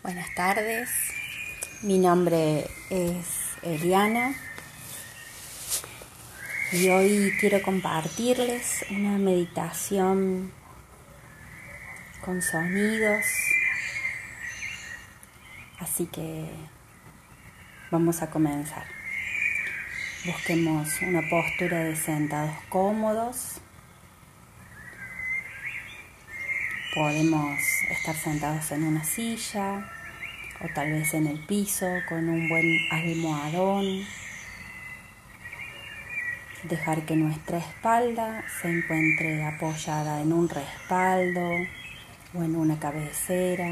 Buenas tardes, mi nombre es Eliana y hoy quiero compartirles una meditación con sonidos, así que vamos a comenzar. Busquemos una postura de sentados cómodos. Podemos estar sentados en una silla o tal vez en el piso con un buen almohadón. Dejar que nuestra espalda se encuentre apoyada en un respaldo o en una cabecera.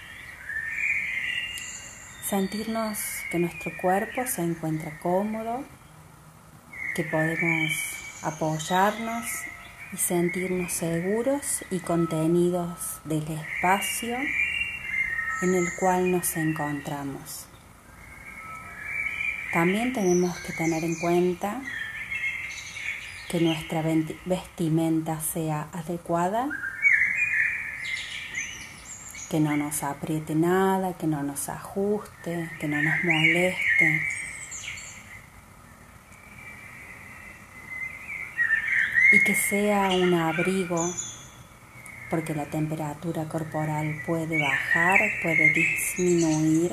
Sentirnos que nuestro cuerpo se encuentra cómodo, que podemos apoyarnos y sentirnos seguros y contenidos del espacio en el cual nos encontramos. También tenemos que tener en cuenta que nuestra vestimenta sea adecuada, que no nos apriete nada, que no nos ajuste, que no nos moleste. Y que sea un abrigo, porque la temperatura corporal puede bajar, puede disminuir.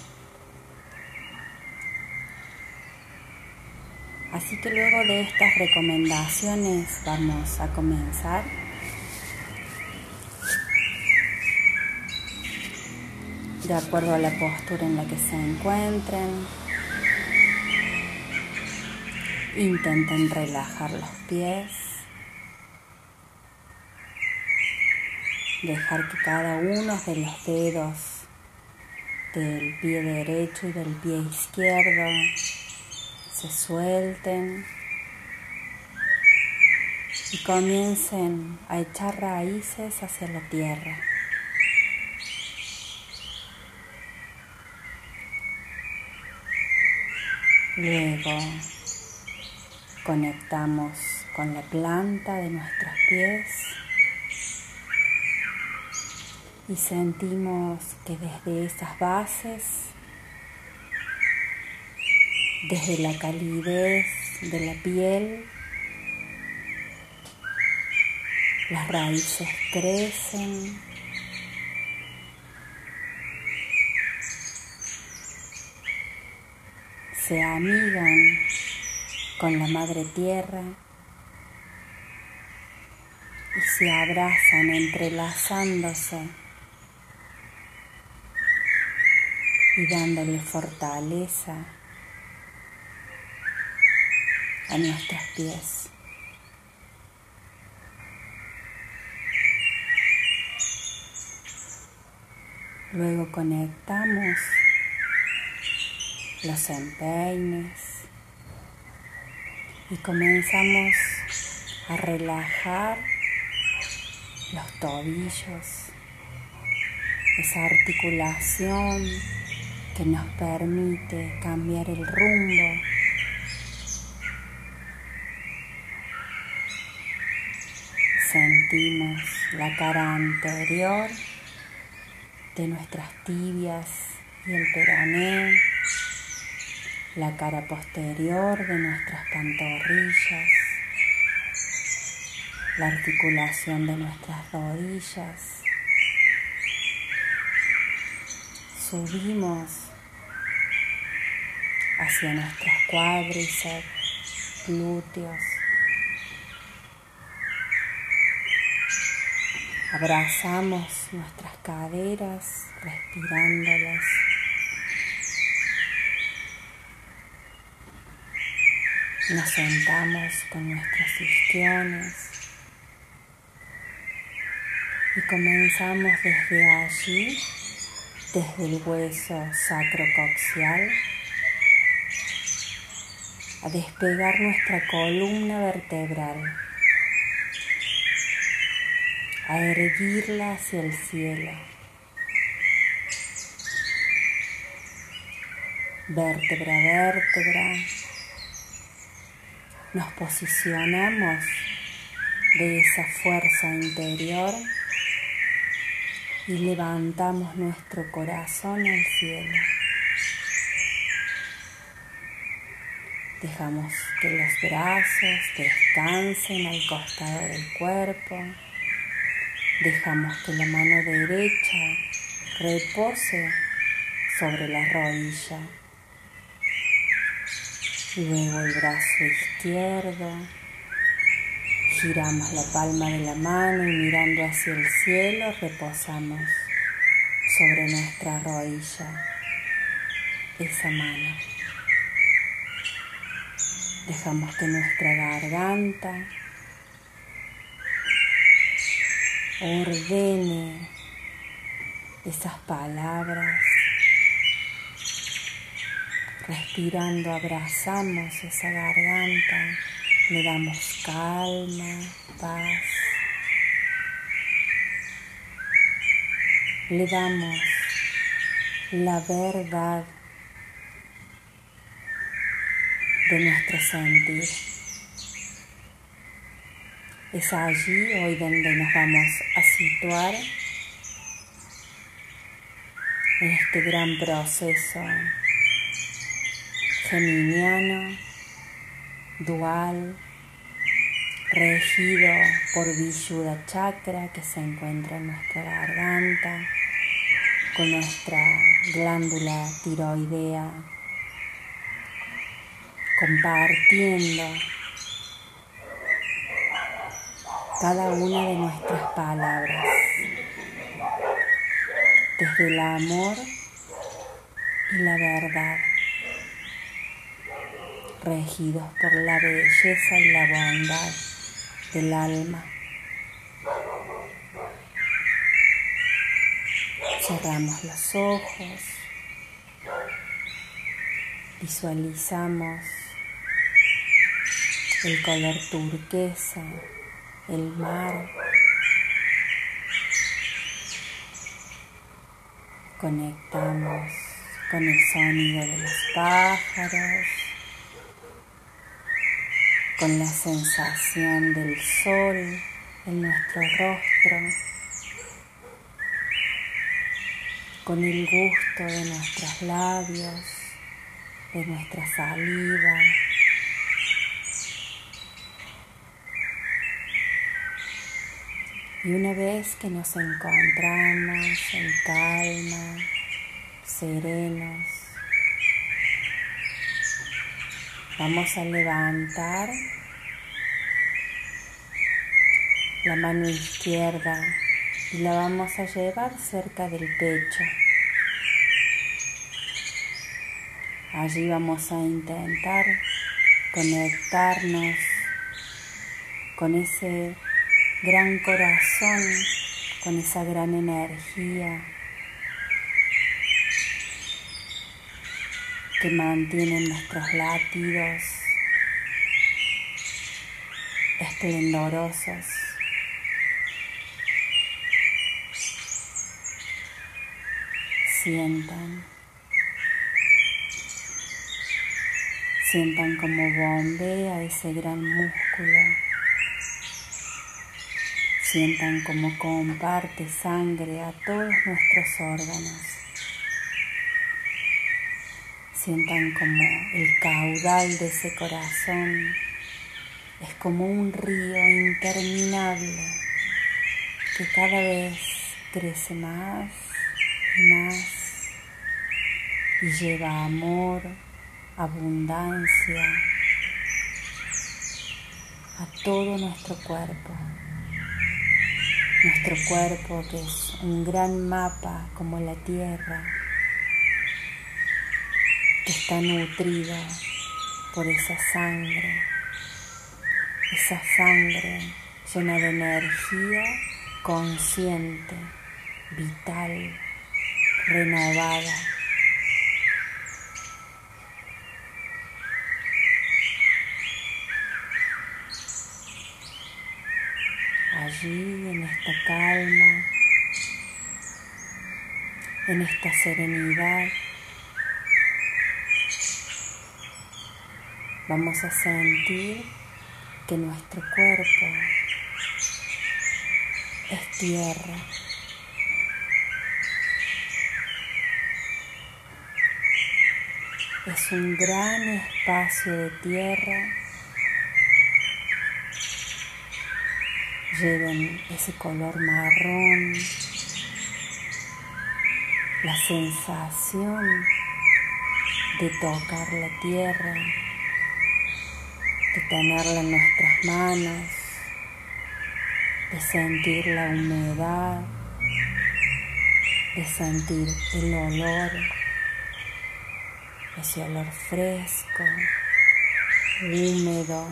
Así que luego de estas recomendaciones vamos a comenzar. De acuerdo a la postura en la que se encuentren, intenten relajar los pies. Dejar que cada uno de los dedos del pie derecho y del pie izquierdo se suelten y comiencen a echar raíces hacia la tierra. Luego conectamos con la planta de nuestros pies y sentimos que desde esas bases, desde la calidez de la piel, las raíces crecen, se amigan con la madre tierra y se abrazan entrelazándose y dándole fortaleza a nuestros pies. Luego conectamos los empeines y comenzamos a relajar los tobillos, esa articulación que nos permite cambiar el rumbo. Sentimos la cara anterior de nuestras tibias y el peroné, la cara posterior de nuestras pantorrillas, la articulación de nuestras rodillas. Subimos hacia nuestros cuádriceps, glúteos. Abrazamos nuestras caderas, respirándolas. Nos sentamos con nuestros isquiones y comenzamos desde allí, desde el hueso sacrocoxial, a despegar nuestra columna vertebral, a erguirla hacia el cielo, vértebra a vértebra. Nos posicionamos de esa fuerza interior y levantamos nuestro corazón al cielo. Dejamos que los brazos descansen al costado del cuerpo. Dejamos que la mano derecha repose sobre la rodilla. Luego el brazo izquierdo. Giramos la palma de la mano y mirando hacia el cielo reposamos sobre nuestra rodilla esa mano. Dejamos que nuestra garganta ordene esas palabras. Respirando abrazamos esa garganta, le damos calma, paz. Le damos la verdad de nuestro sentir. Es allí hoy donde nos vamos a situar en este gran proceso geminiano, dual, regido por Vishuddha Chakra que se encuentra en nuestra garganta, con nuestra glándula tiroidea compartiendo cada una de nuestras palabras desde el amor y la verdad, regidos por la belleza y la bondad del alma. Cerramos los ojos, visualizamos el color turquesa, el mar. Conectamos con el sonido de los pájaros, con la sensación del sol en nuestro rostro, con el gusto de nuestros labios, de nuestra saliva. Y una vez que nos encontramos en calma, serenos, vamos a levantar la mano izquierda y la vamos a llevar cerca del pecho. Allí vamos a intentar conectarnos con ese gran corazón, con esa gran energía que mantiene nuestros latidos esplendorosos. Sientan como bombea ese gran músculo. Sientan como comparte sangre a todos nuestros órganos. Sientan como el caudal de ese corazón es como un río interminable que cada vez crece más y más y lleva amor, abundancia a todo nuestro cuerpo. Nuestro cuerpo, que es un gran mapa como la Tierra, que está nutrido por esa sangre llena de energía consciente, vital, renovada. Allí, en esta calma, en esta serenidad, vamos a sentir que nuestro cuerpo es tierra, es un gran espacio de tierra. Lleven ese color marrón, la sensación de tocar la tierra, de tenerla en nuestras manos, de sentir la humedad, de sentir el olor, ese olor fresco, húmedo.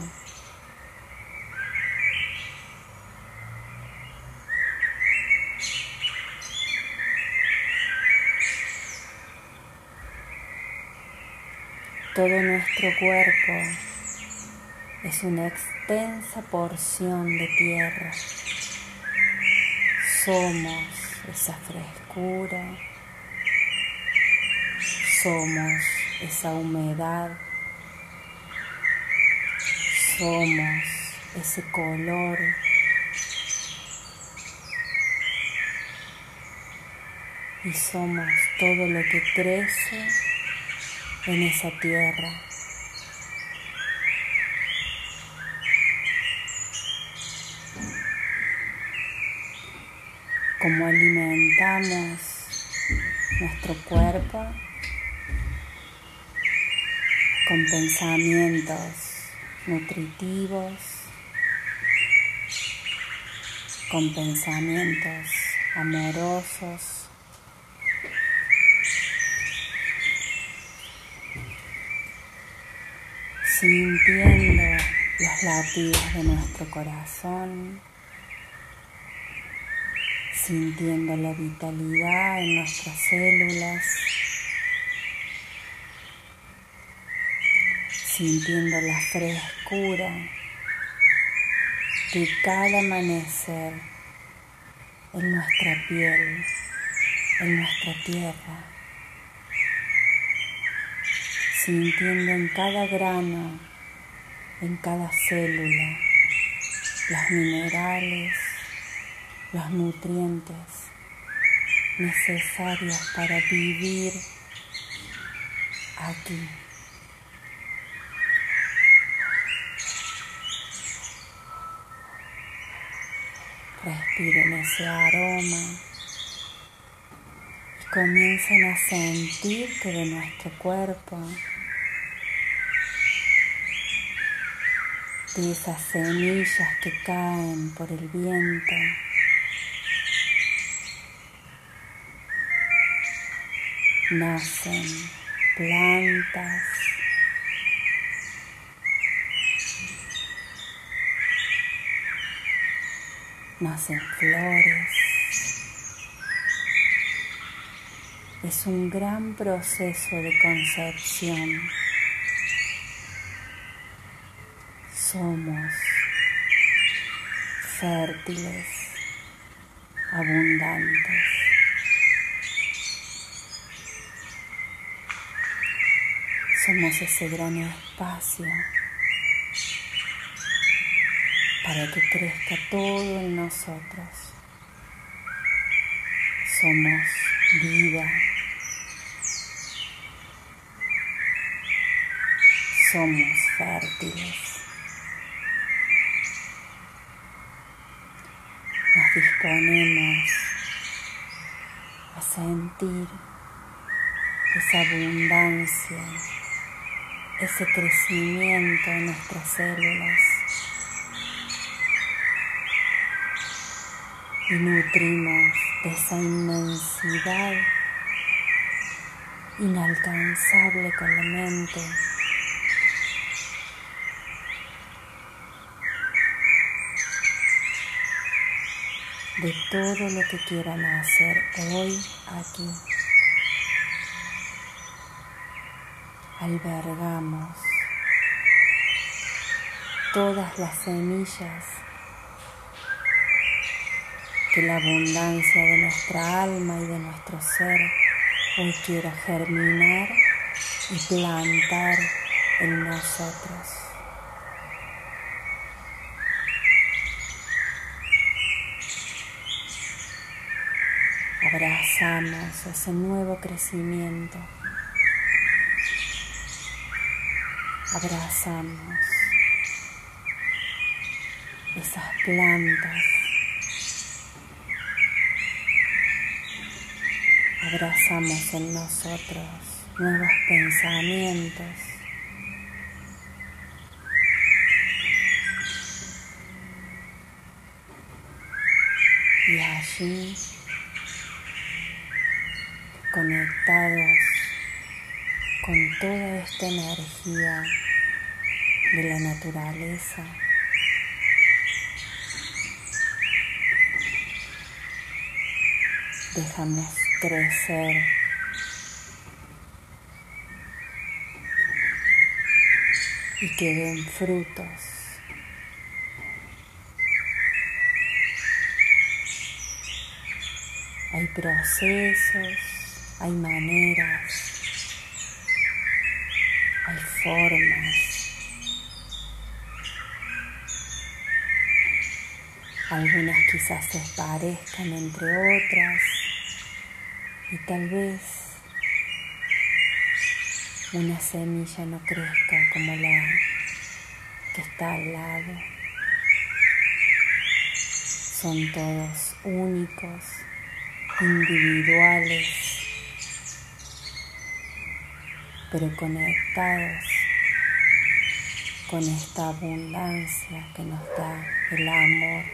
Todo nuestro cuerpo es una extensa porción de tierra. Somos esa frescura, somos esa humedad, somos ese color, y somos todo lo que crece en esa tierra. Como alimentamos nuestro cuerpo con pensamientos nutritivos, con pensamientos amorosos, sintiendo los latidos de nuestro corazón, sintiendo la vitalidad en nuestras células, sintiendo la frescura de cada amanecer en nuestra piel, en nuestra tierra, sintiendo en cada grano, en cada célula, los minerales, los nutrientes necesarios para vivir aquí. Respiren ese aroma y comiencen a sentir que de nuestro cuerpo, de esas semillas que caen por el viento, nacen plantas, nacen flores. Es un gran proceso de concepción. Somos fértiles, abundantes. Somos ese gran espacio para que crezca todo en nosotros. Somos vida. Somos fértiles. Nos disponemos a sentir esa abundancia, ese crecimiento en nuestras células, y nutrimos de esa inmensidad inalcanzable con la mente, de todo lo que quieran hacer hoy aquí. Albergamos todas las semillas que la abundancia de nuestra alma y de nuestro ser hoy quiera germinar y plantar en nosotros. Abrazamos ese nuevo crecimiento. abrazamos esas plantas, abrazamos en nosotros nuevos pensamientos, y allí, conectados con toda esta energía de la naturaleza, dejamos crecer y que den frutos. Hay procesos, hay maneras, hay formas. Algunas quizás se parezcan entre otras y tal vez una semilla no crezca como la que está al lado. Son todos únicos, individuales, pero conectados con esta abundancia que nos da el amor,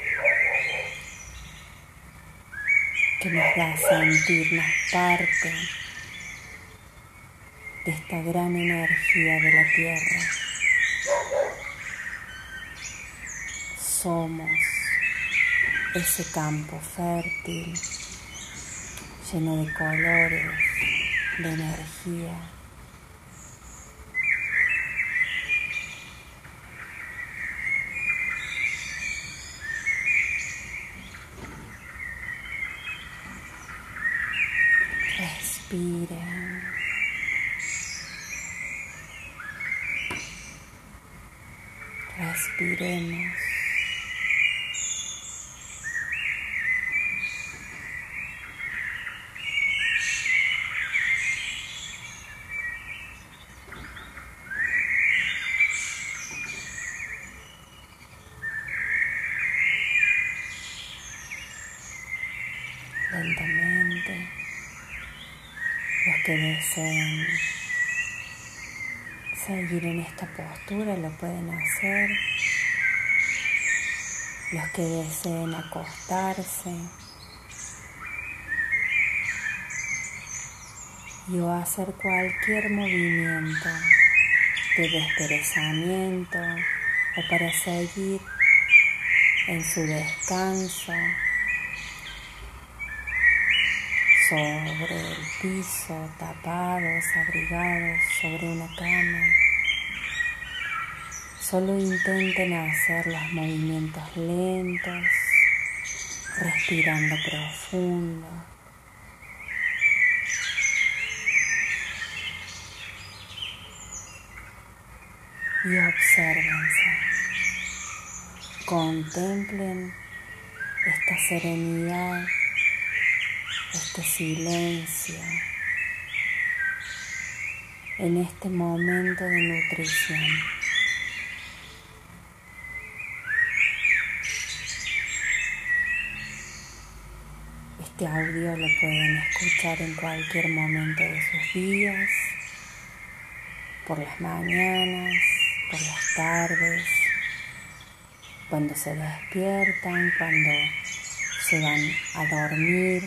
que nos da sentirnos parte de esta gran energía de la tierra. Somos ese campo fértil, lleno de colores, de energía. Respiren. Respiremos. Lentamente, los que deseen seguir en esta postura lo pueden hacer. Los que deseen acostarse o hacer cualquier movimiento de desperezamiento o para seguir en su descanso sobre el piso, tapados, abrigados, sobre una cama. Solo intenten hacer los movimientos lentos, respirando profundo. Y obsérvense. Contemplen esta serenidad, este silencio, en este momento de nutrición. Este audio lo pueden escuchar en cualquier momento de sus días, por las mañanas, por las tardes, cuando se despiertan, cuando se van a dormir,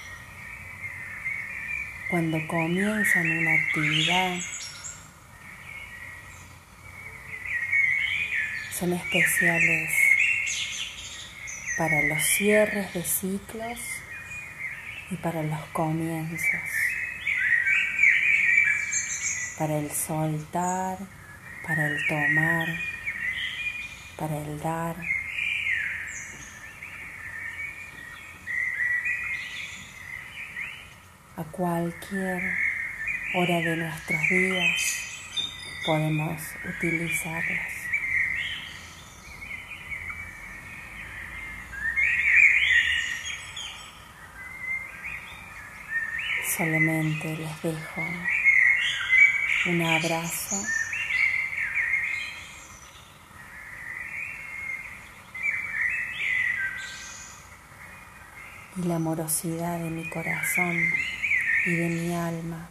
cuando comienzan una actividad. Son especiales para los cierres de ciclos y para los comienzos, para el soltar, para el tomar, para el dar. A cualquier hora de nuestros días podemos utilizarlas. Solamente les dejo un abrazo y la amorosidad de mi corazón y de mi alma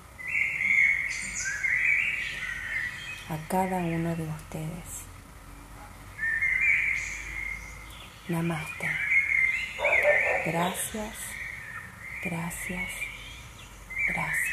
a cada uno de ustedes. Namaste. Gracias, gracias, gracias.